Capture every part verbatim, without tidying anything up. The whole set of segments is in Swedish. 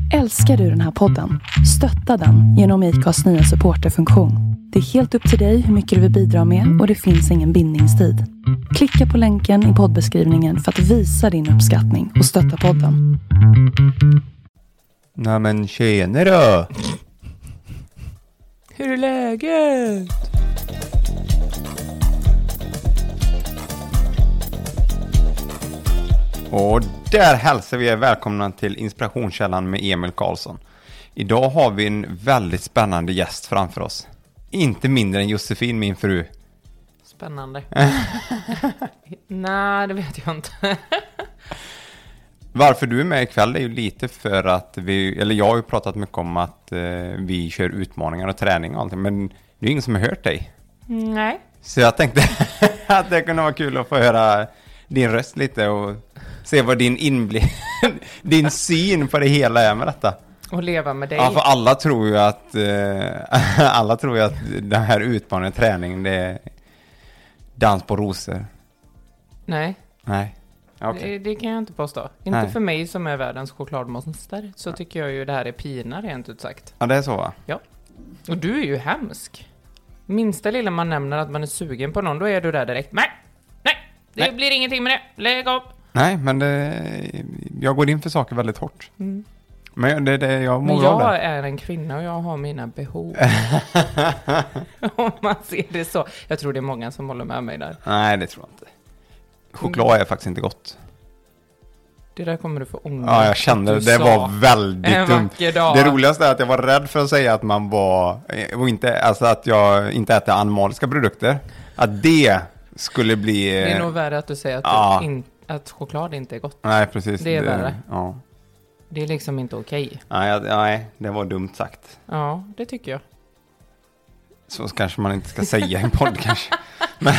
Älskar du den här podden? Stötta den genom I C A:s nya supporterfunktion. Det är helt upp till dig hur mycket du vill bidra med och det finns ingen bindningstid. Klicka på länken i poddbeskrivningen för att visa din uppskattning och stötta podden. Nej men tjena då! Hur är läget? Och där hälsar vi er välkomna till Inspirationskällan med Emil Karlsson. Idag har vi en väldigt spännande gäst framför oss. Inte mindre än Josefin, min fru. Spännande. Nej, det vet jag inte. Varför du är med ikväll är ju lite för att vi, eller jag har ju pratat mycket om att eh, vi kör utmaningar och träning och allting, men det är ingen som har hört dig. Nej. Så jag tänkte att det kunde vara kul att få höra din röst lite och se vad din inblick, din syn på det hela är med detta. Och leva med dig. Ja, för alla tror ju att eh, alla tror ju att den här utmaningen, träningen, det är dans på rosor. Nej. Nej. Okay. Det, det kan jag inte påstå. Inte Nej. För mig som är världens chokladmonster så tycker jag ju det här är pina rent ut sagt. Ja, det är så va? Ja. Och du är ju hemsk. Minsta lilla man nämner att man är sugen på någon, då är du där direkt. Nej, nej, det nej. blir ingenting med det. Lägg upp. Nej, men det, jag går in för saker väldigt hårt. Mm. Men det, det, jag Men jag är en kvinna och jag har mina behov. Om man ser det så. Jag tror det är många som håller med mig där. Nej, det tror jag inte. Choklad är faktiskt inte gott. Det där kommer du få ångra. Ja, jag kände det. Det var väldigt dumt. Det roligaste är att jag var rädd för att säga att man var... Och inte, alltså att jag inte äter animaliska produkter. Att det skulle bli... Det är nog värre att du säger att, ja. du in, att choklad inte är gott. Nej, precis. Det är det, värre. Ja. Det är liksom inte okej. Okay. Nej, nej, det var dumt sagt. Ja, det tycker jag. Så kanske man inte ska säga i en podd kanske. Men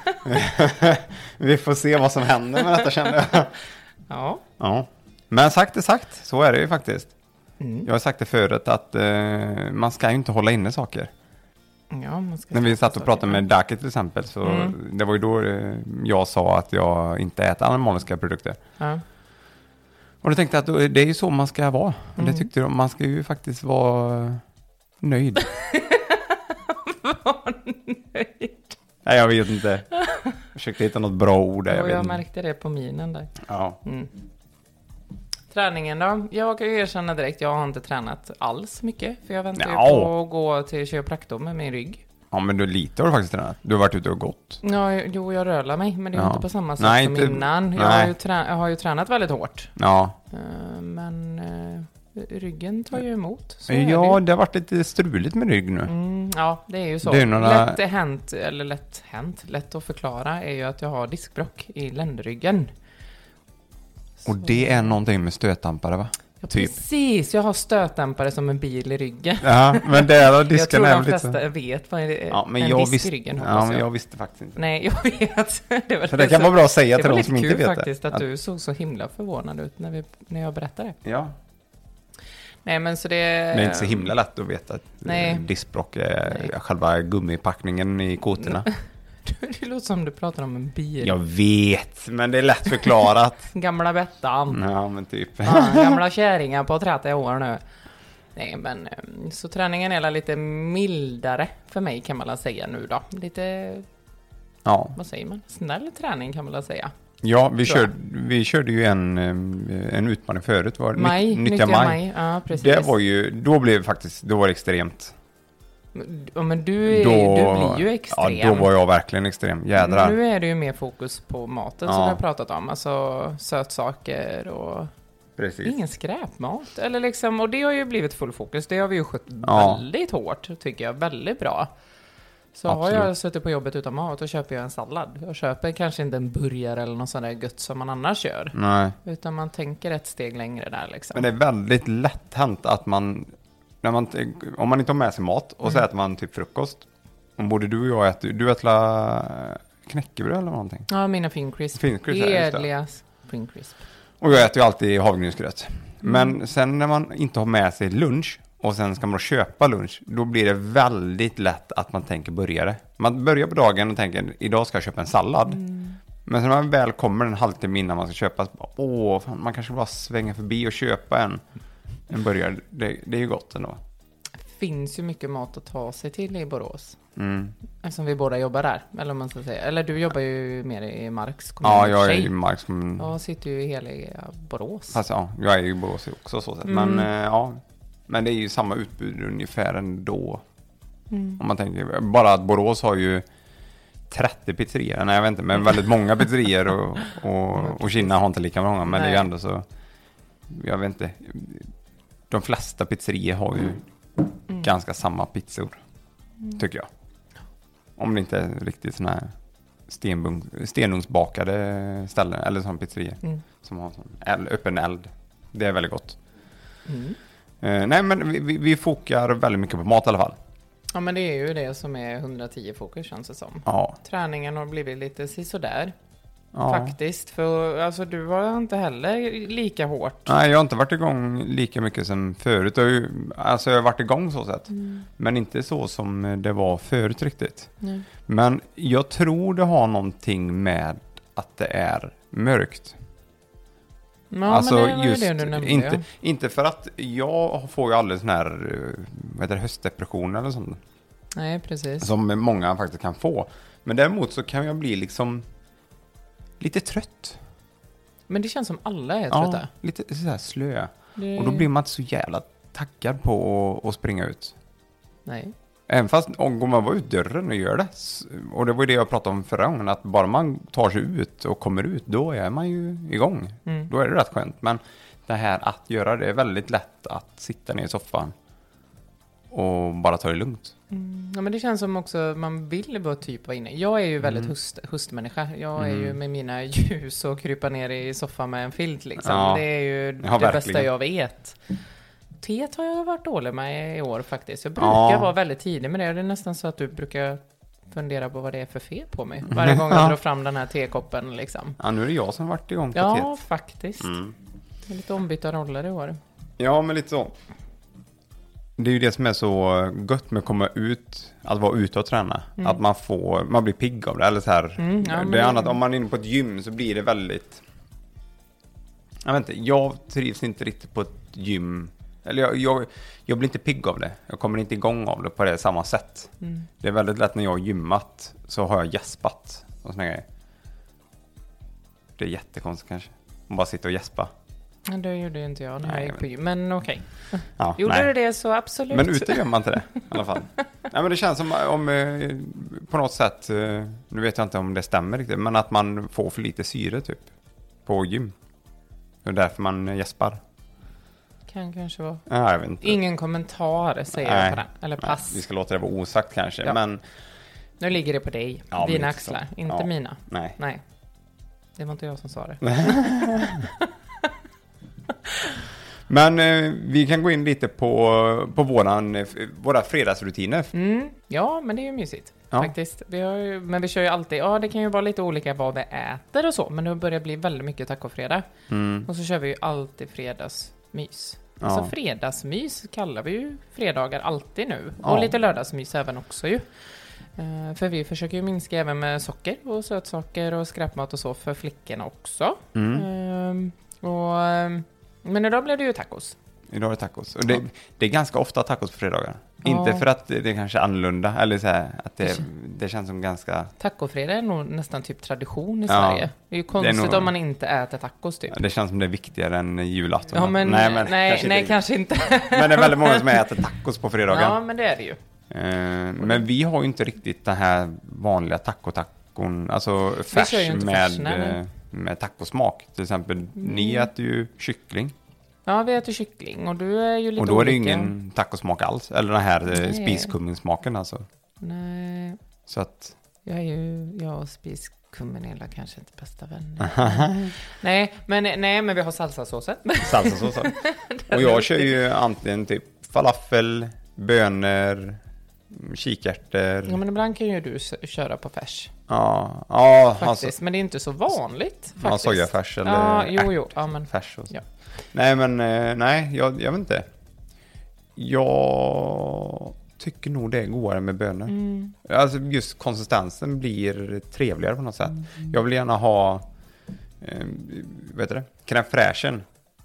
vi får se vad som händer med detta, kände jag. Ja. Ja. Men sagt är sagt, så är det ju faktiskt. Mm. Jag har sagt det förut att uh, man ska ju inte hålla inne saker. Ja, man ska. När vi satt och pratade med Daki till exempel, så mm. det var ju då uh, jag sa att jag inte äter animaliska produkter. Ja. Och då tänkte jag att det är ju så man ska vara. Och Mm. det tyckte de, man ska ju faktiskt vara nöjd. Var nöjd. Nej, jag vet inte. Jag försökte hitta något bra ord där. Jag, jag, jag vet märkte det på minen där. Ja. Mm. Träningen då? Jag kan ju erkänna direkt, jag har inte tränat alls mycket. För jag väntar ja. ju på att gå till kiropraktor med min rygg. Ja, men du lite har du faktiskt tränat. Du har varit ute och gått. Ja, jo, jag rörlar mig. Men det är ja. inte på samma sätt nej, som inte, innan. Jag har, ju trä- jag har ju tränat väldigt hårt. Ja. Uh, men uh, ryggen tar ju emot. Så ja, det. det har varit lite struligt med rygg nu. Mm, ja, det är ju så. Det är några... Lätt hänt, eller lätt hänt, lätt att förklara är ju att jag har diskbråck i ländryggen. Och så. Det är någonting med stötdampare, va? Ja, typ. Precis, jag har stötdämpare som en bil i ryggen. Ja, men det är disken jag är tror de lite flesta så. vet vad är ja, men en jag disk visst, i ryggen. Ja, men jag. jag visste faktiskt inte. Nej, jag vet. det var så det kan så, vara bra att säga till de som inte vet det. Det var faktiskt att ja. du såg så himla förvånad ut när, vi, när jag berättade det. Ja. Nej, men så det... Det är inte så himla lätt att veta att nej. diskbråck är nej. själva gummipackningen i kotorna. Det låter som du pratar om en bil. Jag vet, men det är lätt förklarat. Gamla Bettan. Ja, men typ. Ja, gamla kärringar på trettio år nu. Nej, men så träningen är lite mildare för mig kan man väl säga nu då. Lite, ja. Vad säger man? Snäll träning kan man väl säga. Ja, vi körde, vi körde ju en, en utmaning förut. Var maj, nyttja maj. maj. Ja, precis. Det var ju, då blev det faktiskt, då var det extremt. Ja, men du, är, då, du blir ju extrem. Ja, då var jag verkligen extrem. Jädrar. Nu är det ju mer fokus på maten ja. som jag har pratat om. Alltså sötsaker och precis. Ingen skräpmat. Eller liksom, och det har ju blivit full fokus. Det har vi ju skött ja. väldigt hårt, tycker jag. Väldigt bra. Så absolut. Har jag suttit på jobbet utan mat och köper jag en sallad. Jag köper kanske inte en burgare eller något sånt där gött som man annars gör. Nej. Utan man tänker ett steg längre där liksom. Men det är väldigt lätt hänt att man, när man om man inte har med sig mat och mm. så äter man typ frukost. Om både du och jag äter, du äter knäckebröd eller någonting? Ja, mina fincrisp. Fincrisp Edliga fincrisp. Och jag äter ju alltid havregrynsgröt. Mm. Men sen när man inte har med sig lunch och sen ska man köpa lunch, då blir det väldigt lätt att man tänker burgare. Man börjar på dagen och tänker, idag ska jag köpa en sallad. Mm. Men sen när man väl kommer en halvtimme innan man ska köpa, åh, fan, man kanske bara svänger förbi och köpa en En burgare, det, det är ju gott ändå. Det finns ju mycket mat att ta sig till i Borås. Mm. Eftersom vi båda jobbar där, eller om man ska säga. Eller du jobbar ju mer i Marks kommun. Ja, jag är i Marks kommun. Jag sitter ju i hela Borås. Alltså, ja, jag är ju i Borås också så sätt. Mm. Men, eh, ja, men det är ju samma utbud ungefär ändå. Mm. Om man tänker, bara att Borås har ju trettio pizzerior, nej jag vet inte, men väldigt många pizzerior och, och, och Kina har inte lika många, men nej. Det är ju ändå så, jag vet inte, de flesta pizzerior har ju mm. ganska samma pizzor, mm. tycker jag. Om det inte är riktigt såna här stenbunk, stenugnsbakade ställen, eller sån pizzerior mm. som har sån eld, öppen eld, det är väldigt gott. Mm. Uh, nej men vi, vi, vi fokar väldigt mycket på mat i alla fall. Ja, men det är ju det som är hundratio fokus, känns det som. Ja. Träningen har blivit lite sådär. Ja. Faktiskt. För alltså, du var inte heller lika hårt. Nej, jag har inte varit igång lika mycket som förut. Jag har ju, alltså jag har varit igång så sätt. Mm. Men inte så som det var förut riktigt. Mm. Men jag tror det har någonting med att det är mörkt. Ja, alltså men det just det du nämnde, inte, ja. inte för att jag får ju aldrig sån här vad heter det, höstdepression eller sånt. Nej, precis. Som många faktiskt kan få. Men däremot så kan jag bli liksom lite trött. Men det känns som alla är ja, trötta. Lite så här slö. Det... Och då blir man inte så jävla taggad på att, att springa ut. Nej. Även fast om man var ut dörren och gör det. Och det var ju det jag pratade om förra gången. Att bara man tar sig ut och kommer ut, då är man ju igång. Mm. Då är det rätt skönt. Men det här att göra det är väldigt lätt att sitta ner i soffan och bara ta det lugnt. Mm. Ja, men det känns som också man vill vara typ vara inne. Jag är ju väldigt mm. höst, höstmänniska. Jag är mm. ju med mina ljus och krypa ner i soffan med en filt liksom. Ja. Det är ju ja, det verkligen. Bästa jag vet. Teet har jag varit dålig med i år faktiskt. Jag brukar ja. vara väldigt tidig med det. Det är nästan så att du brukar fundera på vad det är för fel på mig. Varje gång jag drar fram den här tekoppen liksom. Ja, nu är det jag som har varit igång på ja, teet. Ja, faktiskt. Mm. Det är lite ombytta roller i år. Ja, men lite så. Det är ju det som är så gött med att komma ut, att vara ute och träna. Mm. Att man får, man blir pigg av det. Eller så här. Mm, ja, det är annat, om man är inne på ett gym så blir det väldigt... Jag vet inte, jag trivs inte riktigt på ett gym. Eller jag, jag, jag blir inte pigg av det. Jag kommer inte igång av det på det samma sätt. Mm. Det är väldigt lätt när jag har gymmat så har jag gäspat och såna grejer. Det är jättekonstigt kanske. Man bara sitter och gäspa. Men det gjorde ju inte jag när jag gick på gym. Men okej. Okay. Ja, gjorde nej. du det så absolut. Men ute gör man inte det i alla fall. Nej, men det känns som om eh, på något sätt, eh, nu vet jag inte om det stämmer riktigt, men att man får för lite syre typ på gym. Det är därför man gäspar. Kan kanske vara. Ja, jag vet inte. Ingen kommentar säger nej, jag på den. Eller pass. Nej, vi ska låta det vara osagt kanske. Ja. Men... Nu ligger det på dig. Ja, dina axlar. Så. Inte ja. mina. Nej. Nej. Det var inte jag som sa det. Men eh, vi kan gå in lite på, på våran, eh, våra fredagsrutiner. Mm, ja, men det är ju mysigt. Ja. Faktiskt. Vi har ju, men vi kör ju alltid, ja det kan ju vara lite olika vad vi äter och så. Men det börjar bli väldigt mycket tacofredag. Mm. Och så kör vi ju alltid fredagsmys. Ja. Alltså fredagsmys kallar vi ju fredagar alltid nu. Ja. Och lite lördagsmys även också ju. Uh, för vi försöker ju minska även med socker och sötsaker och skräpmat och så för flickorna också. Mm. Uh, och, uh, men idag blev det ju tacos. Idag är det tacos. Och det, ja. det är ganska ofta tacos på fredagar. Ja. Inte för att det är kanske annorlunda. Eller så här, att det, det känns som ganska... Tacofredag är nog nästan typ tradition i ja. Sverige. Det är ju konstigt är nog... om man inte äter tacos typ. Ja, det känns som det är viktigare än julafton. Ja, men, nej, men nej, kanske, nej, inte. kanske inte. Men det är väldigt många som äter tacos på fredagar. Ja, men det är det ju. Uh, men vi har ju inte riktigt den här vanliga taco-tacon. Alltså färs med, med, med tacosmak. Till exempel, mm. ni äter ju kyckling. Ja, vi äter kyckling och du är ju lite Och då är det olika. ingen tacosmak alls. Eller den här spiskumminsmaken alltså. Nej. Så att... Jag är ju, jag och spiskummin är kanske inte bästa vänner. nej, men, nej, men vi har salsasåsen. Salsasåsen. Och jag kör ju antingen typ falafel, bönor, kikärtor. Ja, men ibland kan ju du köra på färs. Ja, ja faktiskt. Alltså, men det är inte så vanligt faktiskt. Ja, sojafärs eller ja, jo, jo. Ja, men, färs och så. Ja. Nej, men nej, jag, jag vet inte. Jag tycker nog det är godare med bönor. Mm. Alltså just konsistensen blir trevligare på något sätt. Mm. Jag vill gärna ha eh, vad heter det? Crème fraîchen.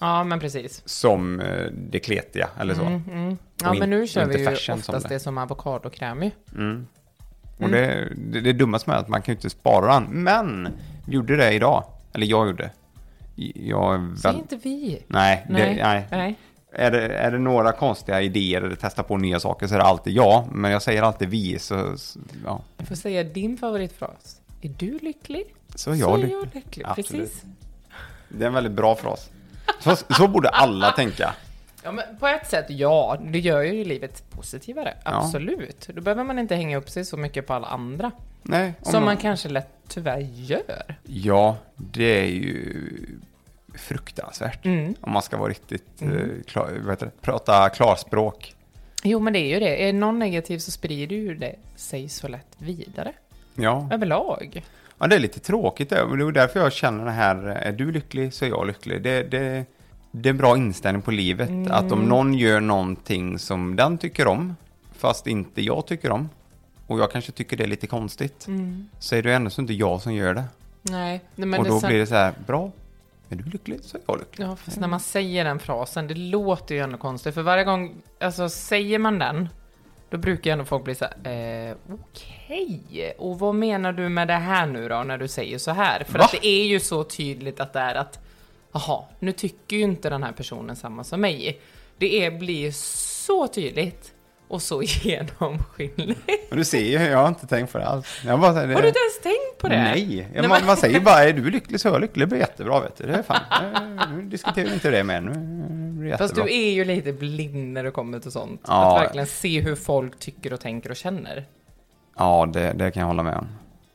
Ja, men precis. Som eh, det kletiga, eller så. Mm, mm. Ja, men nu kör vi ju oftast som det. det som avokadokräm ju. Mm. Och Mm. det, det, det dummaste med att man kan ju inte spara den. Men vi gjorde det idag. Eller jag gjorde. Jag är väl... Säg inte vi. Nej, Nej. Det, nej. Nej. Är det, är det några konstiga idéer eller testa på nya saker så är det alltid jag. Men jag säger alltid vi, så, så ja. Jag får säga din favoritfras. Är du lycklig? Så är Så jag, är lyck- jag lycklig. Absolut. Precis. Det är en väldigt bra fras. Så, så borde alla tänka. Ja, men på ett sätt, ja. Det gör ju livet positivare. Ja. Absolut. Då behöver man inte hänga upp sig så mycket på alla andra. Nej, om Som man- man kanske lätt tyvärr gör. Ja, det är ju fruktansvärt. Mm. Om man ska vara riktigt, Mm. eh, klar, vad heter det? Prata klarspråk. Jo, men det är ju det. Är någon negativ så sprider ju det sig så lätt vidare. Ja. Överlag. Ja, det är lite tråkigt. Det är det är därför jag känner det här, är du lycklig så är jag lycklig. Det, det, det är en bra inställning på livet. Mm. Att om någon gör någonting som den tycker om, fast inte jag tycker om, och jag kanske tycker det är lite konstigt, Mm. så är det ändå så inte jag som gör det. Nej. Nej, men och då det blir det så här, bra, är du lycklig så är jag lycklig. Ja, fast när man säger den frasen, det låter ju ändå konstigt. För varje gång, alltså säger man den, då brukar ju ändå folk bli så här, eh, okej. Och vad menar du med det här nu då, när du säger så här? För Va? att det är ju så tydligt att det är att, jaha, nu tycker ju inte den här personen samma som mig. Det är, blir så tydligt och så genomskinligt. Men du ser ju, jag har inte tänkt på det alls. Jag bara, det, Har du inte ens tänkt på det? Nej, ja, Nej, man, men- man säger bara, är du lycklig så är jag lycklig. Det blir jättebra, vet du. Det är fan. Eh, Nu diskuterar vi inte det med nu. Det blir Fast jättebra. du är ju lite blind när det kommer till sånt. Ja. Att verkligen se hur folk tycker och tänker och känner. Ja, det, det kan jag hålla med om.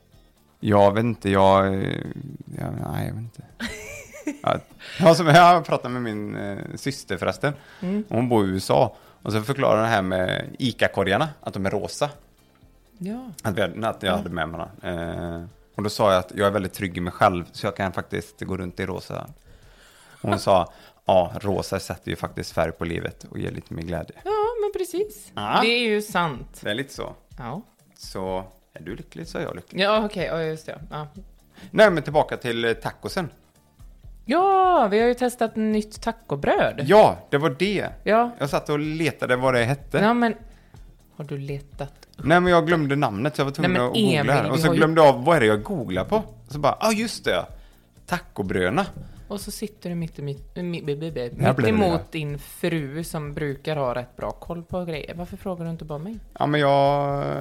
Jag vet inte, jag... jag nej, jag vet inte. Jag, jag, som, jag pratade med min eh, syster förresten. Mm. Hon bor i U S A. Och så förklarar det här med ICA-korgarna, att de är rosa. Ja. Att, vi, hade- att jag hade med mig den. Eh, och då sa jag att jag är väldigt trygg i mig själv, så jag kan faktiskt gå runt i rosa. Hon sa, ja, rosa sätter ju faktiskt färg på livet och ger lite mer glädje. Ja, men precis. Ja. Det är ju sant. Det är lite så. Ja, Så är du lycklig så är jag lycklig. ja okej, ja, just det. Ja. Nej, men tillbaka till eh, tacosen. ja, vi har ju testat nytt tacobröd. Ja, det var det. Ja, Jag satt och letade vad det hette. ja men har du letat? Nej, men jag glömde namnet så jag var tvungen Nej, men att googla. Emil, här. Och vi så har ju- glömde jag av, vad är det jag googlar på? Så bara, ja ah, just det. Tacobröna. Och så sitter du mitt, mitt, mitt, mitt, mitt, Här mitt blev det, emot din fru som brukar ha rätt bra koll på grejer. Varför frågar du inte bara mig? Ja, men jag... eh,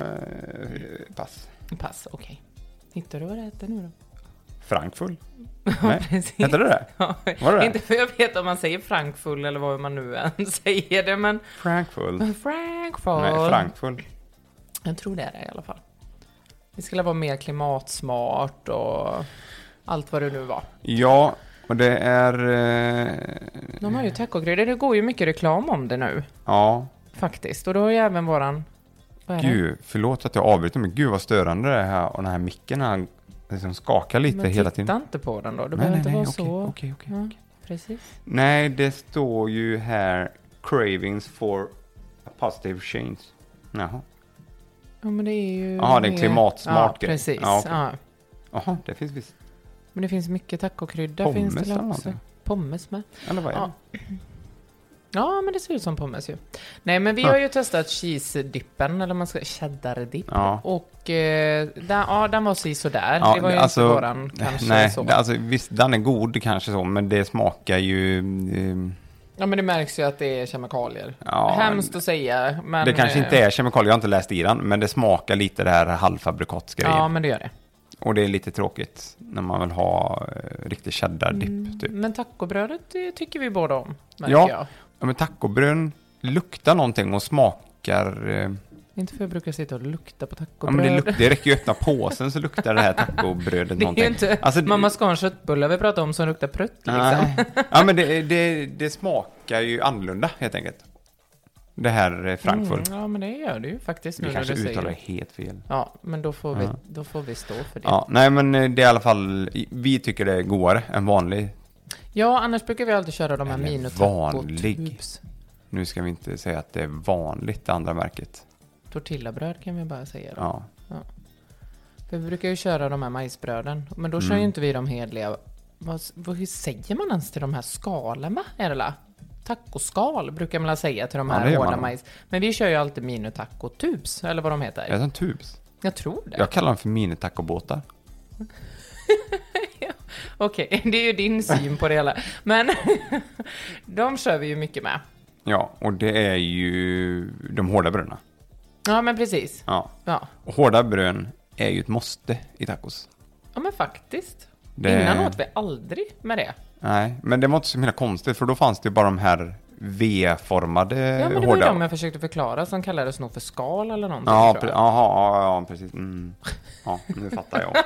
Pass. Pass, okej. Hittar du vad det heter nu då? Frankfull. Ja, Nej, precis. Hette det det? Ja, Var det det? inte för jag vet om man säger frankfull eller vad man nu än säger det, men Frankfull. frankfull. Nej, frankfull. Jag tror det är det i alla fall. Det skulle vara mer klimatsmart och allt vad det nu var. Ja, och det är... eh, De har ju tacogryddor. Det går ju mycket reklam om det nu, Ja, faktiskt. Och då har ju även våran... Vad är det? gud, förlåt att jag avbryter, men gud vad störande det är här. Och den här micken här liksom skakar lite Men hela titta tiden. inte på den då. Det Nej, behöver nej, inte nej, vara okej, så. okej, okej, Ja, okej. precis. Nej, det står ju här cravings for a positive change. Jaha, Ja, men det är ju... Jaha, det är en mer- klimatsmart ja, grej. precis. Ja, okej. Ja. Jaha, det finns visst Men det finns mycket tacokrydda. pommes Finns det eller också. någonting. Pommes med. Eller vad är Ja. det? Ja, men det ser ut som pommes ju. Nej, men vi Ja. har ju testat cheese-dippen, eller man ska cheddar-dipp. Ja. Och eh, den, ja, den var si sådär. Ja, det var ju alltså, inte våran kanske Nej, så. det- alltså visst, den är god kanske så, men det smakar ju... eh, Ja, men det märks ju att det är kemikalier. Ja, Hemskt att säga, men... det kanske eh, inte är kemikalier, jag har inte läst i den, men det smakar lite det här halvfabrikatsgrejen. Ja, men det gör det. Och det är lite tråkigt när man vill ha eh, riktig cheddar-dipp, Mm, typ. Men tacobrödet, det tycker vi båda om, märker Ja. jag. Ja, men tacobröd luktar någonting och smakar... Eh, Inte för jag brukar sitta och lukta på ja, tacobröd. men det, luk- det räcker ju att öppna påsen så luktar det här tacobrödet det är någonting. ju inte Alltså, det- mamma ska ha en köttbulle vi pratar om som luktar prutt, liksom. Nej. Ja, men det, det, det smakar ju annorlunda, helt enkelt. Det här eh, Frankfurt. Mm, ja, men det gör det ju faktiskt nu Vi när kanske du säger uttalar det. det helt fel. Ja, men då får, vi, Ja. då får vi stå för det. Ja, nej, men eh, det är i alla fall... Vi tycker det är godare än vanlig. Ja, annars brukar vi alltid köra de här Eller minotaco vanlig. tubes. Nu ska vi inte säga att det är vanligt, det andra märket. Tortillabröd kan vi bara säga då. Ja. För vi brukar ju köra de här majsbröden. Men då kör Mm. ju inte vi de hedliga vad, vad, hur säger man ens till de här skalen, va? Är det la? Tacoskal brukar man säga till de här ja, hårda majs. Men vi kör ju alltid mini-taco tubes, eller vad de heter. Är det en tubes? Jag tror det. Jag kallar dem för mini-tacobåtar. ja, Okej, okay. Det är ju din syn på det hela. Men de kör vi ju mycket med. Ja, och det är ju de hårda bröderna. Ja, men precis. Ja. ja. Och hårda brön är ju ett måste i tacos. Ja, men faktiskt. Det... Innan åt vi aldrig med det. Nej, men det var inte så himla konstigt, för då fanns det ju bara de här V-formade hårda. Ja, men det var ju de jag försökte förklara som kallades nog för skal eller någonting. Ja, tror pre- jag. aha, ja, ja, precis. Mm. Ja, nu fattar jag.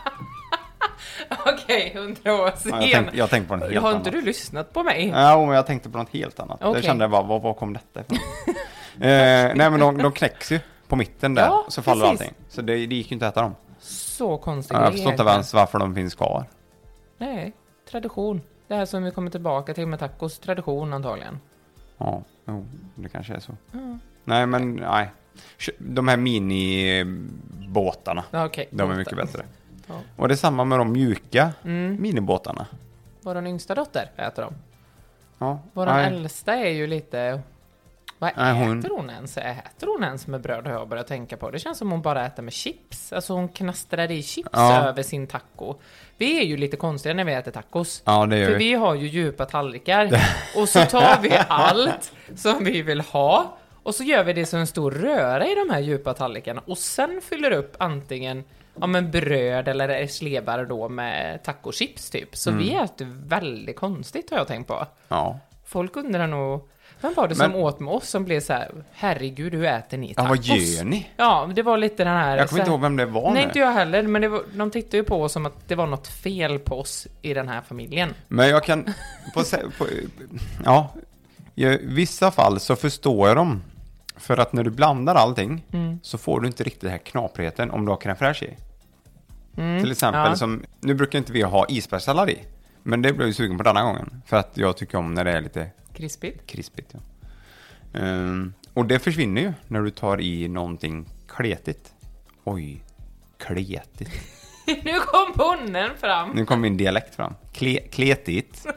Okej, hundra år sen. Ja, jag, tänkte, jag tänkte på något helt Har annat. inte du lyssnat på mig? Ja, men jag tänkte på något helt annat. Okay. Jag kände bara, var, var kom detta ifrån? eh, nej, men de, de knäcks ju på mitten där, ja, så faller precis. allting. Så det, det gick ju inte att äta dem. Så konstigt. Ja, jag förstår inte ens varför de finns kvar. Nej, tradition. Det här som vi kommer tillbaka till med tacos. Tradition antagligen. Ja, jo, det kanske är så. Mm. Nej, men nej. De här minibåtarna, Okay, de är mycket bättre. Ja. Och det är samma med de mjuka mm. minibåtarna. Vår yngsta dotter äter dem. Ja, Vår äldsta är ju lite... Vad nej, äter hon... hon ens? Äter hon ens med bröd, har jag börjat tänka på. Det känns som hon bara äter med chips. Alltså hon knastrar i chips ja. över sin taco. Vi är ju lite konstiga när vi äter tacos. Ja, det gör För vi. vi har ju djupa tallrikar. Och så tar vi allt som vi vill ha. Och så gör vi det som en stor röra i de här djupa tallrikarna. Och sen fyller upp antingen ja, men bröd eller slevar då med tacochips typ. Så mm. vi äter väldigt konstigt, har jag tänkt på. Ja. Folk undrar nog... Vem var det som men, åt med oss som blev så här, herregud, hur äter ni tacos? Ja, vad gör ni? Ja, det var lite den här... Jag kommer inte ihåg vem det var. Nej, nu. inte jag heller, men det var, de tittade ju på oss som att det var något fel på oss i den här familjen. Men jag kan... På, på, ja, i vissa fall så förstår jag dem. För att när du blandar allting mm. så får du inte riktigt den här knaprigheten om du har crème fraîche i. Mm, Till exempel, ja. som, nu brukar inte vi ha isbergssallad i. Men det blev jag sugen på denna gången. För att jag tycker om när det är lite... Krispigt. Krispigt, ja. Um, och det försvinner ju när du tar i någonting kletigt. Oj, kletigt. Nu kom bonnen fram. Nu kom min dialekt fram. Kle, kletigt.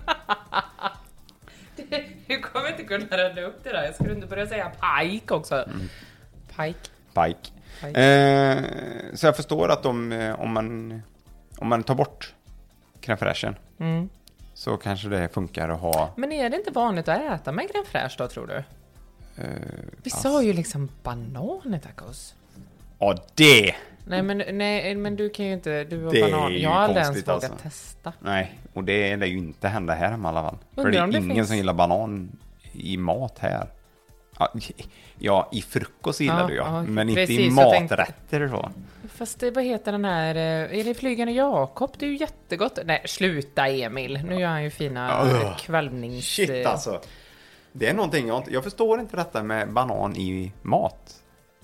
Du kommer inte kunna rädda upp det där. Jag skulle inte börja säga pike också. Mm. Pike. Pike. Pike. Eh, så jag förstår att de, om, man, om man tar bort crème fraîchen mm. så kanske det funkar att ha... Men är det inte vanligt att äta med crème fraîche då, tror du? Uh, Vi alltså. sa ju liksom banan i tacos. Ja, det... Nej, men, nej, men du kan ju inte... Du har det banan. Jag har aldrig ens vågat alltså. testa. Nej, och det lär ju inte hända här hemma i alla fall. För det är det ingen finns... som gillar banan i mat här. Ja, ja i frukost gillar ja, du ja. ja men precis, inte i maträtter och så. Fast det, vad heter den här... Är det Flygande Jakob? Det är ju jättegott. Nej, sluta Emil. Nu gör han ju fina uh, kvälvnings... Shit alltså. Det är någonting jag inte... Jag förstår inte detta med banan i mat.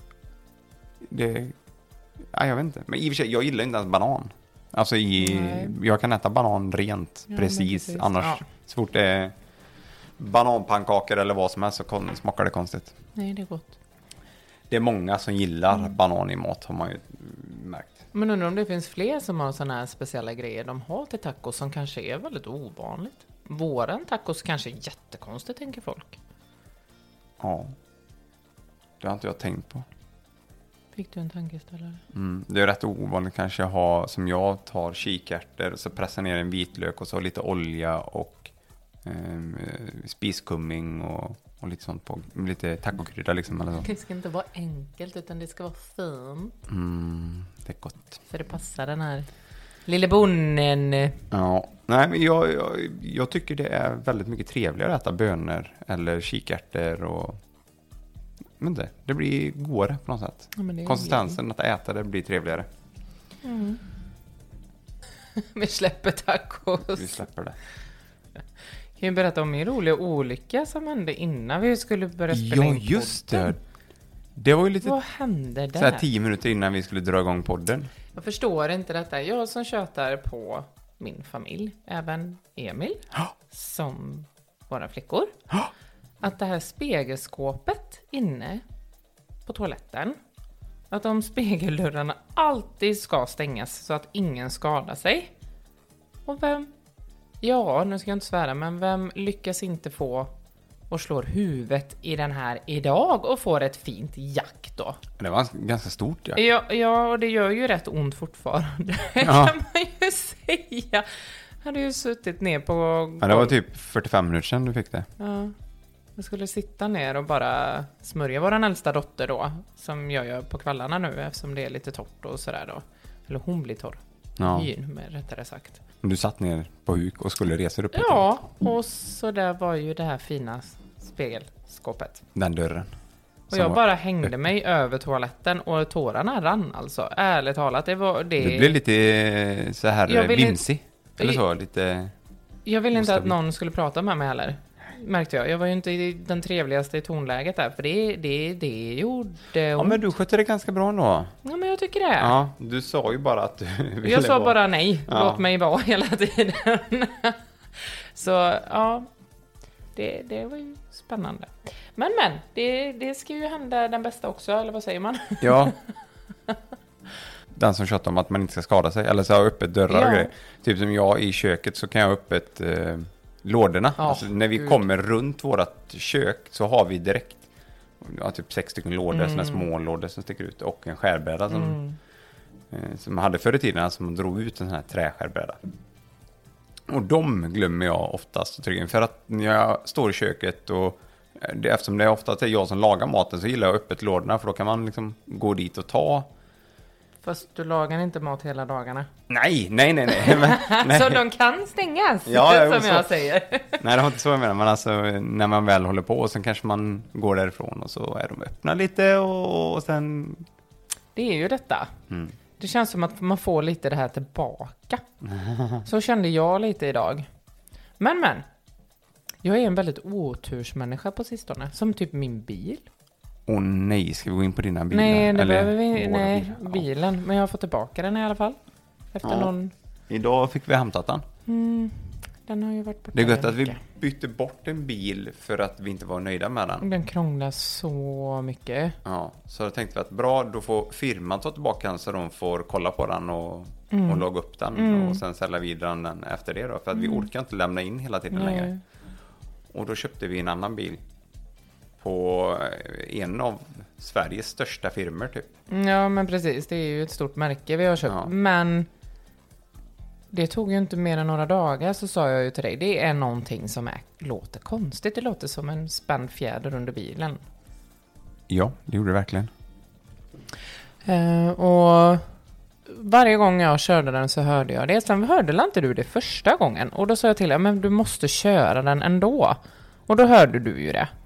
Det... Ja, jag vet inte. Men i och för sig, jag gillar inte ens banan. Alltså, i, jag kan äta banan rent, ja, precis. precis. Annars, ja. Så fort det är bananpannkakor eller vad som helst så kon- smakar det konstigt. Nej, det är gott. Det är många som gillar mm. banan i mat, har man ju märkt. Men undrar om det finns fler som har sådana här speciella grejer de har till tacos som kanske är väldigt ovanligt. Våran tacos kanske är jättekonstigt, tänker folk. Ja. Det har inte jag tänkt på. Fick du en tankeställare? Mm, det är rätt ovanligt kanske att ha, som jag tar, kikärtor och så pressar ner en vitlök och så lite olja och eh, spiskumming och, och lite sånt på, lite tacokrydda liksom eller så. Det ska inte vara enkelt utan det ska vara fint. Mm, det är gott. Så det passar den här lille bonnen. Ja, nej men jag, jag, jag tycker det är väldigt mycket trevligare att äta bönor eller kikärtor och men det, det blir godare på något sätt. Ja, konsistensen att äta det blir trevligare. Mm. Vi släpper tacos. Vi släpper det. Kan ju berätta om en rolig olycka som hände innan vi skulle börja spela ja, in podden. Ja, just det. Det var ju lite... Vad hände där? Så här tio minuter innan vi skulle dra igång podden. Jag förstår inte detta. Jag som tjötar på min familj, även Emil, som våra flickor. Att det här spegelskåpet inne på toaletten, att de spegellurarna alltid ska stängas så att ingen skadar sig. Och vem Ja, nu ska jag inte svära, men vem lyckas inte få och slår huvudet i den här idag och får ett fint jack då? Det var ganska stort, ja. Ja, ja, och det gör ju rätt ont fortfarande. Ja. Kan man ju säga. Jag hade ju suttit ner på golv. Ja, det var typ fyrtiofem minuter sedan du fick det. Ja. Jag skulle sitta ner och bara smörja vår äldsta dotter då, som jag gör på kvällarna nu eftersom det är lite torrt och sådär då. Eller hon blir torr. Ja. Hyn, med rättare sagt. Du satt ner på huk och skulle resa upp. Ja, och så där var ju det här fina spegelskåpet. Den dörren. Och jag bara hängde mig över toaletten och tårarna rann alltså. Ärligt talat, det var det. Det blev lite så här vimsig. Eller så, lite. Jag ville inte ostabil. att någon skulle prata med mig heller. Märkte jag. Jag var ju inte i den trevligaste i tonläget där. För det, det, det gjorde Ja, men du skötte det ganska bra ändå. Ja, men jag tycker det. Ja, du sa ju bara att du ville Jag sa vara. bara nej. Ja. Låt mig vara hela tiden. Så, ja. Det, det var ju spännande. Men, men. Det, det ska ju hända den bästa också. Eller vad säger man? Ja. Den som tjatar om att man inte ska skada sig. Eller så ha öppet dörrar Ja. och grejer. Typ som jag i köket så kan jag ha öppet eh, lådorna. Ja, alltså, när vi gud. kommer runt vårat kök så har vi direkt ja, typ sex stycken lådor, Mm. såna små lådor som sticker ut. Och en skärbräda som, Mm. eh, som man hade förr i tiden, som man drog ut en sån här träskärbräda. Och de glömmer jag oftast att trycka in. För att när jag står i köket och det, eftersom det är oftast är jag som lagar maten så gillar jag öppet lådorna. För då kan man liksom gå dit och ta. Fast du lagar inte mat hela dagarna. Nej, nej, nej, nej. Men, nej. Så de kan stängas, Ja, ja, som så. jag säger. Nej, det var inte så jag menar. Men alltså när man väl håller på och sen kanske man går därifrån och så är de öppna lite och, och sen... Det är ju detta. Mm. Det känns som att man får lite det här tillbaka. Så kände jag lite idag. Men, men. Jag är en väldigt otursmänniska på sistone. Som typ min bil. Åh nej, ska vi gå in på dina bilar? Nej, det Eller behöver vi, våra nej, bilar? Ja. bilen. Men jag har fått tillbaka den i alla fall. Efter Ja. någon... Idag fick vi hämtat den. Mm, den har ju varit borta. Det är gott att vi mycket. bytte bort en bil för att vi inte var nöjda med den. Den krånglar så mycket. Ja, så då tänkte vi att bra, då får firman ta tillbaka den så de får kolla på den och, Mm. och logga upp den Mm. och sen sälja vidare den efter det då. För att vi orkar inte lämna in hela tiden Nej. längre. Och då köpte vi en annan bil på en av Sveriges största firmor typ. Ja, men precis. Det är ju ett stort märke vi har köpt. Ja. Men det tog ju inte mer än några dagar, så sa jag ju till dig. Det är någonting som är, låter konstigt. Det låter som en spänd fjäder under bilen. Ja, det gjorde det verkligen. Eh, och varje gång jag körde den så hörde jag det. Sen hörde inte du det första gången. Och då sa jag till dig, men du måste köra den ändå. Och då hörde du ju det.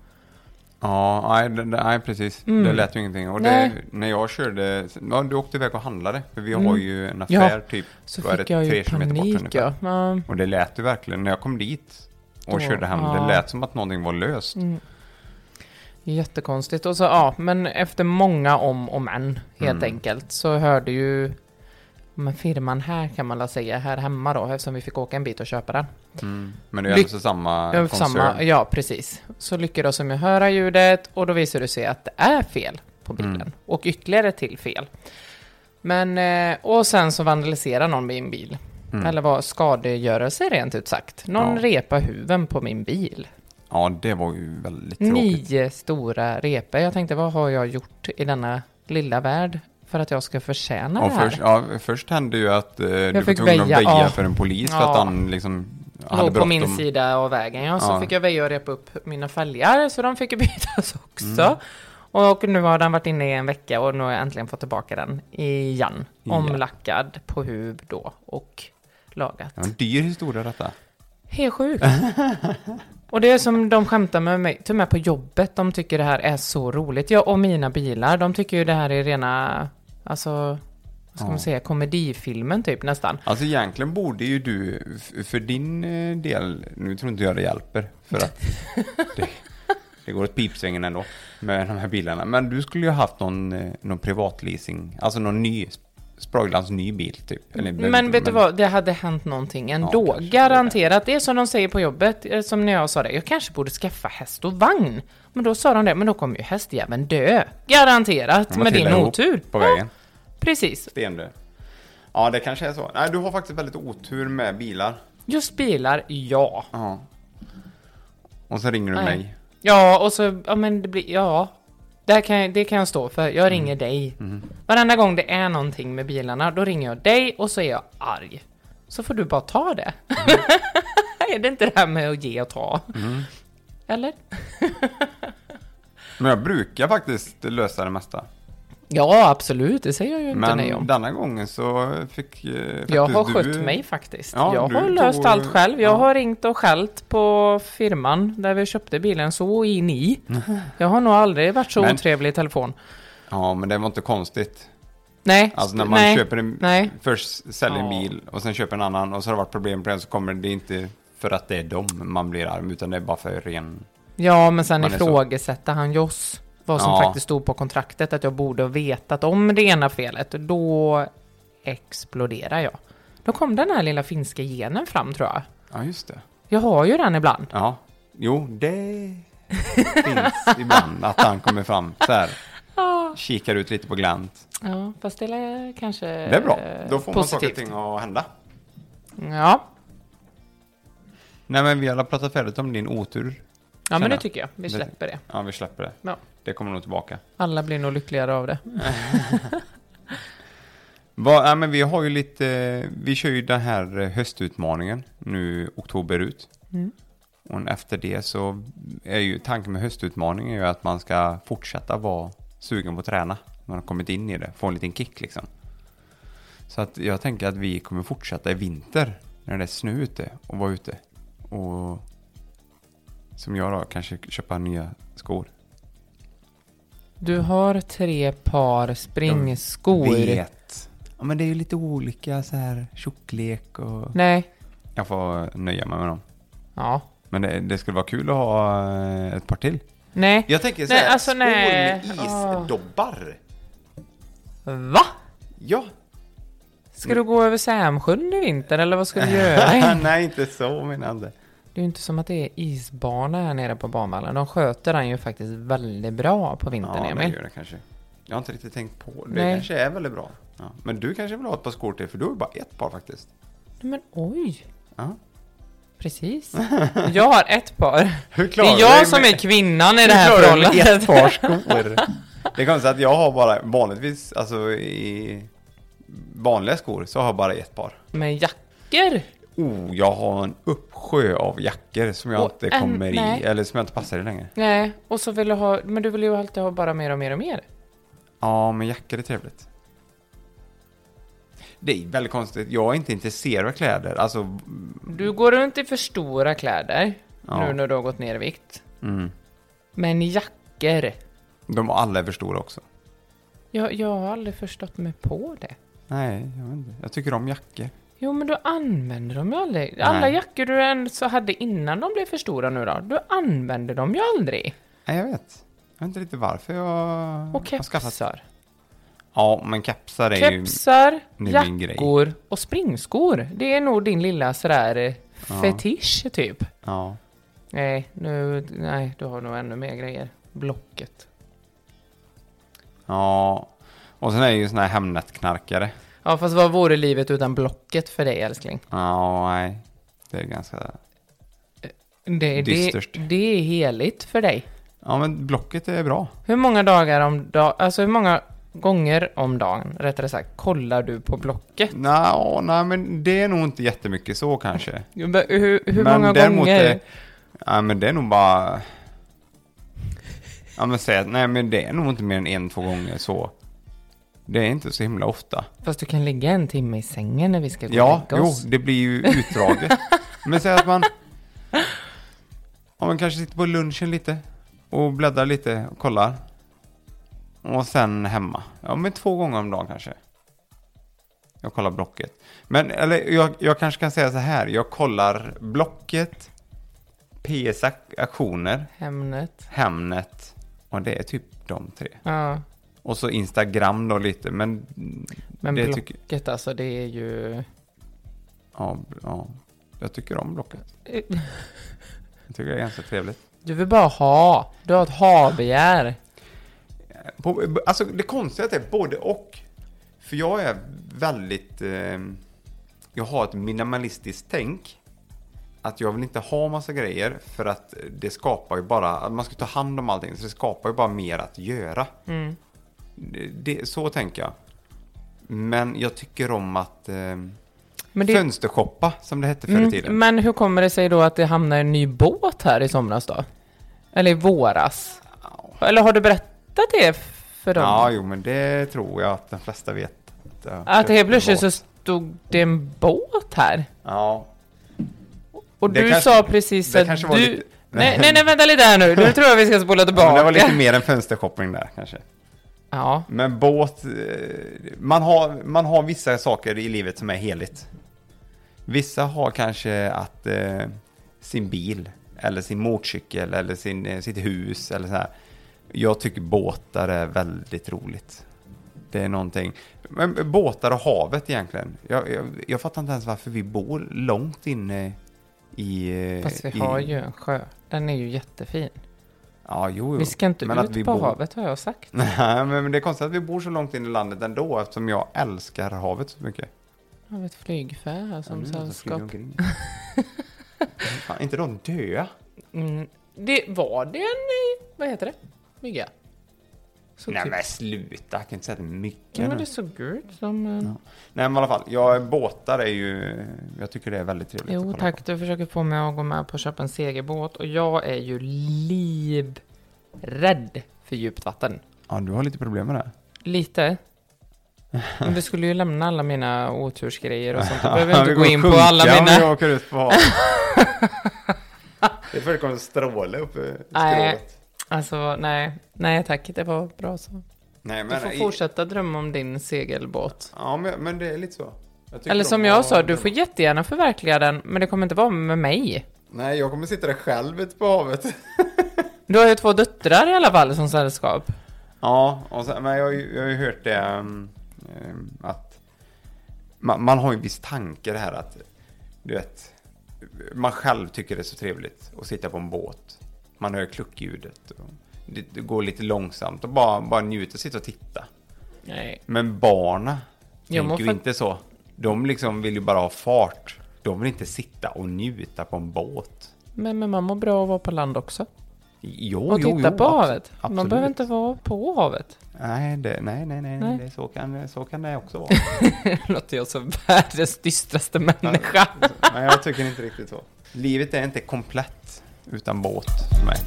Ja, nej, det, det, nej precis. Mm. Det lät ju ingenting. Och Nej. det, när jag körde, ja, du åkte iväg och handlade. För vi Mm. har ju en affär Ja, typ. Så vad är fick det, jag ju tre kilometer bort panik. ungefär. Ja. Ja. Och det lät ju verkligen, när jag kom dit och Då, körde hem, ja. det lät som att någonting var löst. Mm. Jättekonstigt. Och så, ja, men efter många om och men, helt Mm. enkelt, så hörde ju men firman här, kan man väl säga, här hemma då, eftersom vi fick åka en bit och köpa den. Mm. Men det är Ly- alltså samma Ja, koncern. samma, ja, precis. Så lyckades jag höra ljudet och då visade det sig att det är fel på bilen. Mm. Och ytterligare till fel. Men, eh, och sen så vandaliserar någon min bil. Mm. Eller var skadegörelse rent ut sagt. Någon Ja. repa huven på min bil. Ja, det var ju väldigt tråkigt. Nio stora repor. Jag tänkte, vad har jag gjort i denna lilla värld för att jag ska förtjäna Och det här? först, ja, först hände ju att eh, du var fick tvungen att väja, väja ja. för en polis för Ja. att han liksom hade Låg på min bråttom. sida av vägen, ja. Så Ja. fick jag väja och repa upp mina fälgar, så de fick ju bytas också. Mm. Och nu har den varit inne i en vecka och nu har jag äntligen fått tillbaka den igen. Ja. Omlackad på huv då och lagat. Det var en dyr historia detta. Helt sjukt. Och det är som de skämtar med mig, till och med på jobbet, de tycker det här är så roligt. Jag och mina bilar, de tycker ju det här är rena, alltså, vad ska Ja. man säga, komedifilmen typ nästan. Alltså egentligen borde ju du, f- för din eh, del, nu tror inte jag det hjälper, för att det, det går åt pipsvängen ändå med de här bilarna. Men du skulle ju ha haft någon, eh, någon privatleasing, alltså någon ny, Spraglans ny bil typ. Eller, Men vet du vad, det hade hänt någonting ändå. Ja, kanske. Garanterat. Det är som de säger på jobbet, eh, som när jag sa det. Jag kanske borde skaffa häst och vagn. Men då sa de det, men då kommer ju hästjäveln dö. Garanterat, Man med din trillar ihop otur. på vägen. Precis. Stendö. Ja, det kanske är så. Nej, du har faktiskt väldigt otur med bilar. Just bilar, ja. Ja. Och så ringer du Nej. mig. Ja, och så, ja men det blir, ja. Det kan, jag, det kan jag stå för. Jag ringer mm. dig. Mm. Varenda gång det är någonting med bilarna, då ringer jag dig och så är jag arg. Så får du bara ta det. Mm. Är det inte det här med att ge och ta? Mm. Eller? Men jag brukar faktiskt lösa det mesta. Ja, absolut. Det säger jag ju inte Men nej om. denna gången så fick eh, faktiskt Jag har du... skött mig faktiskt. Ja, jag du har löst tog... allt själv. Jag ja. har ringt och skällt på firman där vi köpte bilen så in i. Jag har nog aldrig varit så men... otrevlig i telefon. Ja, men det var inte konstigt. Nej. Alltså när man nej. köper en... Nej. Först säljer en Ja. bil och sen köper en annan och så har det varit problem på den, så kommer det inte för att det är dem man blir arg, utan det är bara för ren... Ja, men sen Man är ifrågasätter han Joss vad som Ja. faktiskt stod på kontraktet, att jag borde ha vetat om det ena felet. Då exploderar jag. Då kom den här lilla finska genen fram, tror jag. Ja, just det. Jag har ju den ibland. Ja, jo, det finns ibland att han kommer fram så här. Ja. Kikar ut lite på glänt. Ja, fast det är kanske Det är bra. Då får man saker och positivt. ting att hända. Ja. Nej, men vi har pratat färdigt om din otur. Ja, men Känner. det tycker jag. Vi släpper det. Ja, vi släpper det. Ja. Det kommer nog tillbaka. Alla blir nog lyckligare av det. Va, ja, men vi har ju lite, vi kör ju den här höstutmaningen nu oktober ut. Mm. Och efter det så är ju tanken med höstutmaningen är ju att man ska fortsätta vara sugen på att träna. Man har kommit in i det, få en liten kick liksom. Så att jag tänker att vi kommer fortsätta i vinter när det är snö ute och vara ute. Och som jag då, kanske köpa nya skor. Du har tre par springskor. Jag vet. Ja, men det är ju lite olika så här tjocklek och... Nej. Jag får nöja mig med dem. Ja. Men det, det skulle vara kul att ha ett par till. Nej. Jag tänker så Nej, här, alltså, skor nej. med isdobbar. Va? Ja. Ska du gå över Sämsjön i vinter eller vad ska du göra? Nej, inte så menar jag inte. Det är ju inte som att det är isbana här nere på banvallen. De sköter den ju faktiskt väldigt bra på vintern, Ja, Emil. det gör det kanske. Jag har inte riktigt tänkt på det. Nej. Det kanske är väldigt bra. Ja. Men du kanske vill ha ett par skor till, för du har ju bara ett par faktiskt. Men oj. Ja. Precis. Jag har ett par. Hur Det klarar är du jag dig som med- är kvinnan i det Hur här klarar du dig med förhållandet. ett par skor? Det kommer så att jag har bara vanligtvis, alltså i vanliga skor så har jag bara ett par. Med jackor. Oh, jag har en uppsjö av jackor som jag Och inte en- kommer nej. i, eller som jag inte passar i längre. Nej, och så vill du ha... Men du vill ju alltid ha bara mer och mer och mer. Ja, men jackor är trevligt. Det är väldigt konstigt. Jag är inte intresserad av kläder. Alltså, Du går runt i för stora kläder. Ja. Nu när du har gått ner i vikt. mm. Men jackor. De har alla är för stora också. Jag, jag har aldrig förstått mig på det. Nej, jag vet inte. Jag tycker om jackor. Jo, men du använder dem ju aldrig. Alla Nej. jackor du än så hade innan de blev för stora nu då. Du använder dem ju aldrig. Nej, jag vet. Jag vet inte riktigt varför jag Och har skaffat. kepsar. Ja, men kepsar är Kepsar, ju det är min grej. jackor och springskor. Det är nog din lilla sådär eh, fetisch typ. Ja. Nej, nu, nej, du har nog ännu mer grejer. Blocket. Ja. Och sen är det ju såna här Hemnet-knarkare. Ja, fast vad vore livet utan Blocket för dig, älskling? Ja, nej. Det är ganska... Det, det, Dystert. det är heligt för dig. Ja, men Blocket är bra. Hur många dagar om dagen, alltså hur många gånger om dagen, rättare sagt, kollar du på Blocket? Nej, nej, men det är nog inte jättemycket så kanske. Hur, hur Men många däremot gånger? är- Ja, men det är nog bara... Ja, men säg att, nej, men det är nog inte mer än en, två gånger så. Det är inte så himla ofta. Fast du kan ligga en timme i sängen när vi ska gå Ja, och lägga jo, oss. det blir ju utdraget. Men säg att man... Ja, man kanske sitter på lunchen lite. Och bläddrar lite och kollar. Och sen hemma. Ja, men två gånger om dagen kanske. Jag kollar Blocket. Men, eller jag, jag kanske kan säga så här. Jag kollar Blocket, P S Aktioner, Hemnet. Hemnet. Och det är typ de tre. Ja, Och så Instagram då lite. Men, men det Blocket tycker alltså, det är ju... ja, ja, jag tycker om Blocket. Eh, Jag tycker det är ganska trevligt. Du vill bara ha. Du har ett ha-begär. På, alltså det konstiga är att både och. För jag är väldigt... Eh, jag har ett minimalistiskt tänk. att jag vill inte ha massa grejer för att det skapar ju bara, att man ska ta hand om allting, så det skapar ju bara mer att göra. Mm. Det, det, så tänker jag. Men jag tycker om att eh, men det... fönstershoppa, som det hette förr i tiden. Mm, men hur kommer det sig då att det hamnar en ny båt här i somras då? Eller i våras? Ja. Eller har du berättat det för dem? Ja, jo, men det tror jag att de flesta vet. Att, att helt plötsligt så stod det en båt här? Ja. Och det du kanske, sa precis att du... Lite... Nej, nej, nej, vänta lite här nu. Nu tror jag vi ska spola tillbaka. Ja, det var lite mer än fönstershopping där, kanske. Ja. Men båt... Man har, man har vissa saker i livet som är heligt. Vissa har kanske att eh, sin bil, eller sin motorcykel, eller sin, eh, sitt hus, eller så här. Jag tycker båtar är väldigt roligt. Det är någonting... Men båtar och havet egentligen. Jag, jag, jag fattar inte ens varför vi bor långt inne i... Fast vi i, har ju en sjö. Den är ju jättefin. Ja, jo, jo. Vi ska inte men ut att vi på bor... havet, har jag sagt. Nej, men det är konstigt att vi bor så långt in i landet ändå, eftersom jag älskar havet så mycket. Jag har ett flygfä här som ja, sällskap. Fan, inte de döda? Mm, det var det en... Vad heter det? Mygga? Så Nej typ. Men sluta, jag kan inte säga det mycket. Ja, men det är så gud som... En... Ja. Nej, men i alla fall, jag, båtar är ju... Jag tycker det är väldigt trevligt. Jo tack, på. Du försöker få mig att gå med på att köpa en segelbåt. Och jag är ju livrädd för djupt vatten. Ja, du har lite problem med det. Lite. Men du skulle ju lämna alla mina otursgrejer och sånt. Jag behöver inte gå in på alla mina... Jag åker ut på havet. Det förekommer stråle uppe i skrovet. Alltså, nej. Nej, tack. Det var bra så. Nej, men du får i... fortsätta drömma om din segelbåt. Ja, men, men det är lite så. Eller som jag sa, du får jättegärna förverkliga den, men det kommer inte vara med mig. Nej, jag kommer sitta där själv ute på havet. Du har ju två döttrar i alla fall som sällskap. Ja, och så, men jag, jag har ju hört det um, um, att man, man har ju en viss tanke det här att du vet, man själv tycker det är så trevligt att sitta på en båt. Man hör klockljudet och det, det går lite långsamt och bara, bara njuta, sitta och titta. Nej. Men barna tänker ju för... inte så. De liksom vill ju bara ha fart. De vill inte sitta och njuta på en båt. Men, men man mår bra att vara på land också. Jo, och titta jo, jo, på havet. Absolut. Man behöver inte vara på havet. Nej, det, nej, nej, nej, nej. Det, så, kan, så kan det också vara. Låter jag som världens dystraste människa. Men jag tycker inte riktigt så. Livet är inte komplett utan båt för mig.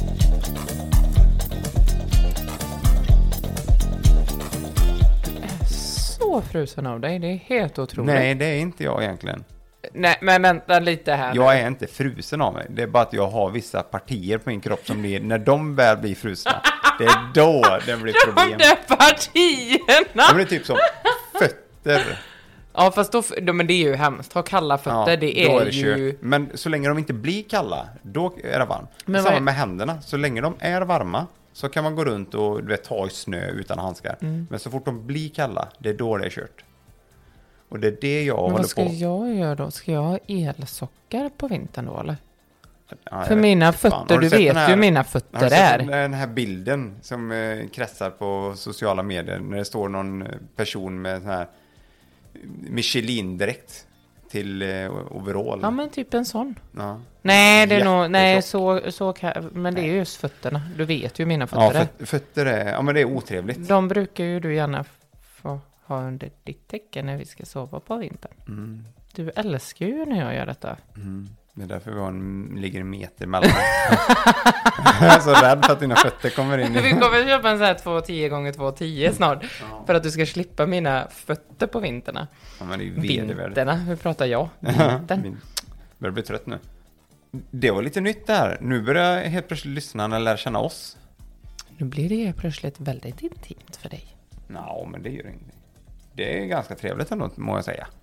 Så frusen av dig, det är helt otroligt. Nej, det är inte jag egentligen. Nej, men vänta lite här. Jag är inte frusen av mig. Det är bara att jag har vissa partier på min kropp som blir, när de väl blir frusna, det är då det blir problem. De där partierna! Det blir typ som fötter. Ja, fast då, då, men det är ju hemskt. Ha kalla fötter, ja, det är, är det ju... Kört. Men så länge de inte blir kalla, då är det varmt. Men samma är... med händerna. Så länge de är varma så kan man gå runt och du vet, ta i snö utan handskar. Mm. Men så fort de blir kalla, det är då det är kört. Och det är det jag men håller på. Vad ska på. jag göra då? Ska jag ha elsockar på vintern då, eller? Ja, för mina fötter, du, du vet här, ju mina fötter har du är. Sett den här bilden som eh, kretsar på sociala medier när det står någon person med sån här Michelin-dräkt till eh, overall. Ja, men typ en sån. Ja. Nej, det är nog, nej, så, så kan, men det är just fötterna. Du vet ju mina fötter. Ja, föt, fötter är, ja, men det är otrevligt. De brukar ju du gärna få ha under ditt täcke när vi ska sova på vintern. Mm. Du älskar ju när jag gör detta. Mm. Det är därför vi har en, ligger en meter mellan oss. Jag är så rädd för att dina fötter kommer in i... Vi kommer köpa en sån här två tio gånger två tio snart. Ja. För att du ska slippa mina fötter på vinterna. Ja, men det är ju vedervärdigt. Vinterna, hur pratar jag? Vintern. Jag börjar bli trött nu. Det var lite nytt där. Nu börjar helt plötsligt lyssnarna lära känna oss. Nu blir det helt plötsligt väldigt intimt för dig. Ja, men det gör ingenting. Det är ganska trevligt ändå, må jag säga.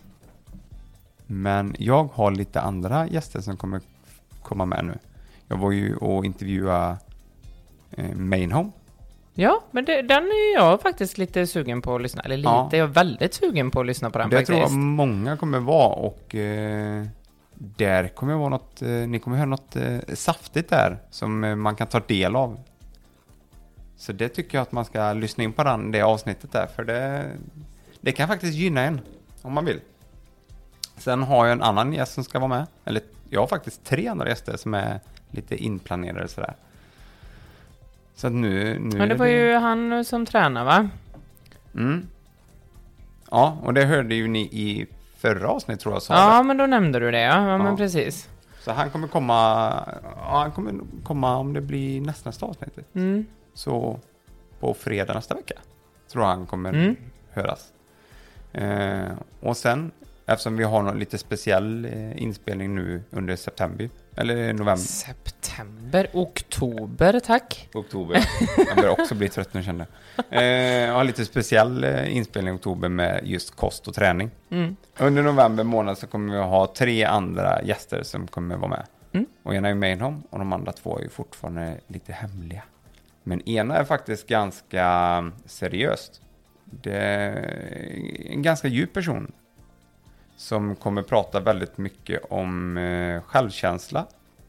Men jag har lite andra gäster som kommer komma med nu. Jag var ju och intervjua eh, Mainhome. Ja, men det, den är jag faktiskt lite sugen på att lyssna. Eller lite, ja. Jag är väldigt sugen på att lyssna på den det faktiskt. Det tror jag många kommer vara. Och eh, där kommer vara något, eh, ni kommer höra något eh, saftigt där som eh, man kan ta del av. Så det tycker jag att man ska lyssna in på den, det avsnittet där. För det, det kan faktiskt gynna en om man vill. Sen har jag en annan gäst som ska vara med. Eller jag har faktiskt tre andra gäster som är lite inplanerade sådär. Så att nu... nu Men det var det... ju han som tränar, va? Mm. Ja, och det hörde ju ni i förra avsnitt tror jag. Så ja, det. men då nämnde du det, ja. ja, ja. Men precis. Så han kommer komma... Ja, han kommer komma om det blir nästa, nästa avsnitt. Mm. Så på fredag nästa vecka tror jag han kommer mm. höras. Eh, och sen, eftersom vi har någon lite speciell eh, inspelning nu under september, eller november. September, oktober, tack. Oktober. Jag börjar också bli trött nu, kände jag. Eh, har lite speciell eh, inspelning i oktober med just kost och träning. Mm. Under november månad så kommer vi ha tre andra gäster som kommer vara med. Mm. Och ena är Mainholm och de andra två är ju fortfarande lite hemliga. Men ena är faktiskt ganska seriöst. Det är en ganska djup person som kommer prata väldigt mycket om eh, självkänsla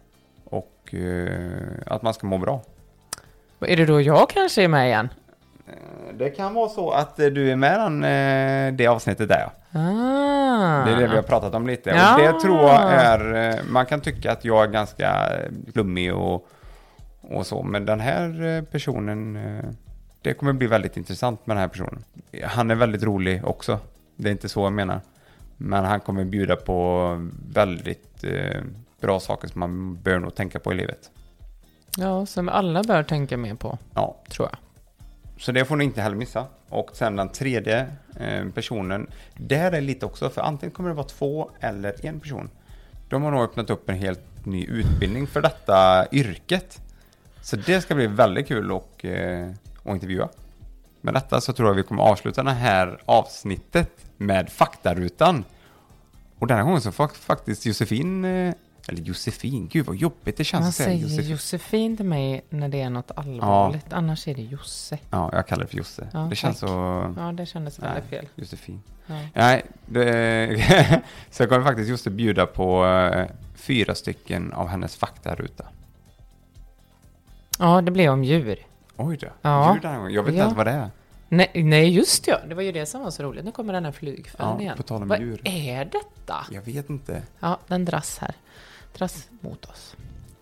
och eh, att man ska må bra. Och är det då jag kanske är med igen? Eh, det kan vara så att eh, du är med den, eh, det avsnittet där. Ja. Ah. Det är det vi har pratat om lite. Ja. Och det tror jag är, eh, man kan tycka att jag är ganska flummig och, och så. Men den här eh, personen... Eh, det kommer bli väldigt intressant med den här personen. Han är väldigt rolig också. Det är inte så jag menar. Men han kommer bjuda på väldigt eh, bra saker som man bör nog tänka på i livet. Ja, som alla bör tänka mer på. Ja. Tror jag. Så det får ni inte heller missa. Och sen den tredje eh, personen. Där är lite också. För antingen kommer det vara två eller en person. De har nog öppnat upp en helt ny utbildning för detta yrket. Så det ska bli väldigt kul och... Eh, och intervjua. Med detta så tror jag vi kommer avsluta det här avsnittet med faktarutan. Och den här gången så fa- faktiskt Josefin, eller Josefin, gud vad jobbigt det känns Man att säga säger Josefin. Josefin till mig när det är något allvarligt, ja. Annars är det Josse. Ja, jag kallar det för Josse. Ja, det känns tack. så... Ja, det kändes väldigt Nej, fel. Josefin. Ja. Nej, det... så jag kommer faktiskt Josse bjuda på uh, fyra stycken av hennes faktaruta. Ja, det blev om djur. Oj då, ja. djur den här gången. Jag vet ja. inte ens vad det är. Nej, nej, just ja. Det var ju det som var så roligt. Nu kommer den här flygfällen ja, igen. På tal om vad djur. är detta? Jag vet inte. Ja, den dras här. Dras mot oss.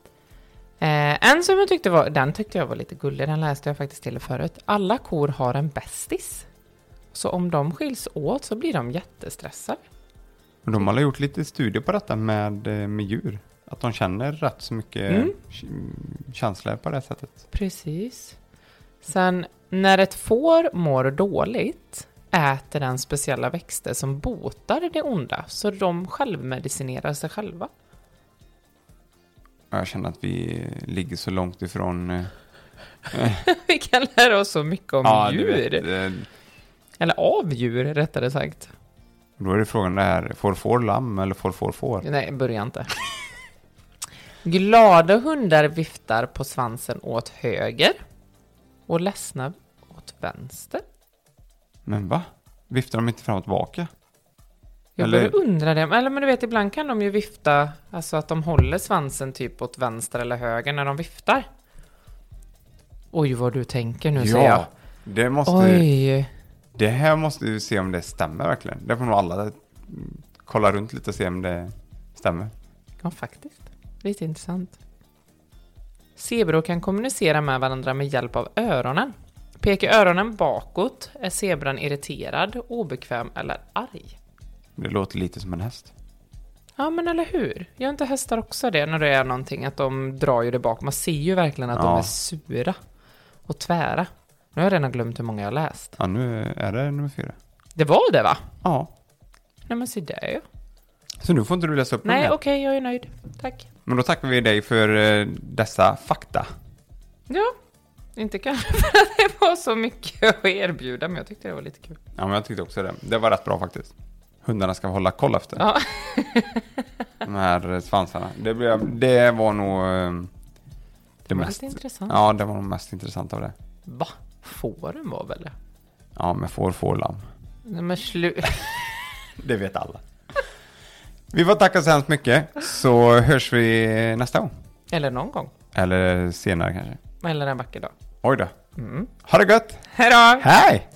Eh, en som jag tyckte var, den tyckte jag var lite gullig. Den läste jag faktiskt till förut. Alla kor har en bästis. Så om de skiljs åt så blir de jättestressade. Och de har gjort lite studier på detta med, med djur. Att de känner rätt så mycket mm. känslor på det sättet. Precis. Sen när ett får mår dåligt äter den speciella växter som botar det onda. Så de självmedicinerar sig själva. Jag känner att vi ligger så långt ifrån... Eh, vi kan lära oss så mycket om ja, djur. Vet, eh, Eller av djur, rättare sagt. Då är det frågan där, får får lamm eller får får får? Nej, börja inte. Glada hundar viftar på svansen åt höger och ledsna åt vänster. Men va? Viftar de inte fram och tillbaka? Jag eller... börjar undra det. Eller men du vet, ibland kan de ju vifta, alltså att de håller svansen typ åt vänster eller höger när de viftar. Oj, vad du tänker nu, ja, säger jag. Det måste... Oj. Det här måste du se om det stämmer verkligen. Det får nog alla kolla runt lite och se om det stämmer. Ja, faktiskt. Lite intressant. Zebror kan kommunicera med varandra med hjälp av öronen. Pekar öronen bakåt är zebran irriterad, obekväm eller arg. Det låter lite som en häst. Ja, men eller hur? Jag inte hästar också det när det är någonting att de drar ju det bak. Man ser ju verkligen att ja. de är sura och tvära. Nu har jag redan glömt hur många jag har läst. Ja, nu är det nummer fyra. Det var det, va? Ja. Nej, men se där, ja. Så nu får inte du läsa upp Nej, okej, okay, jag är nöjd. Tack. Men då tackar vi dig för uh, dessa fakta. Ja, inte kanske för att det var så mycket att erbjuda, men jag tyckte det var lite kul. Ja, men jag tyckte också det. Det var rätt bra faktiskt. Hundarna ska hålla koll efter. Ja. De här svansarna. Det, blev, det var nog uh, det, det var mest intressant. Ja, det var nog mest intressant av det. Va? Fåren var väl det? Ja, men får, får, lamm. Nej, men slu... Det vet alla. Vi får tacka så hemskt mycket. Så hörs vi nästa gång. Eller någon gång. Eller senare kanske. Eller en vacker dag. Oj då. Mm. Ha det gött. Hej då. Hej.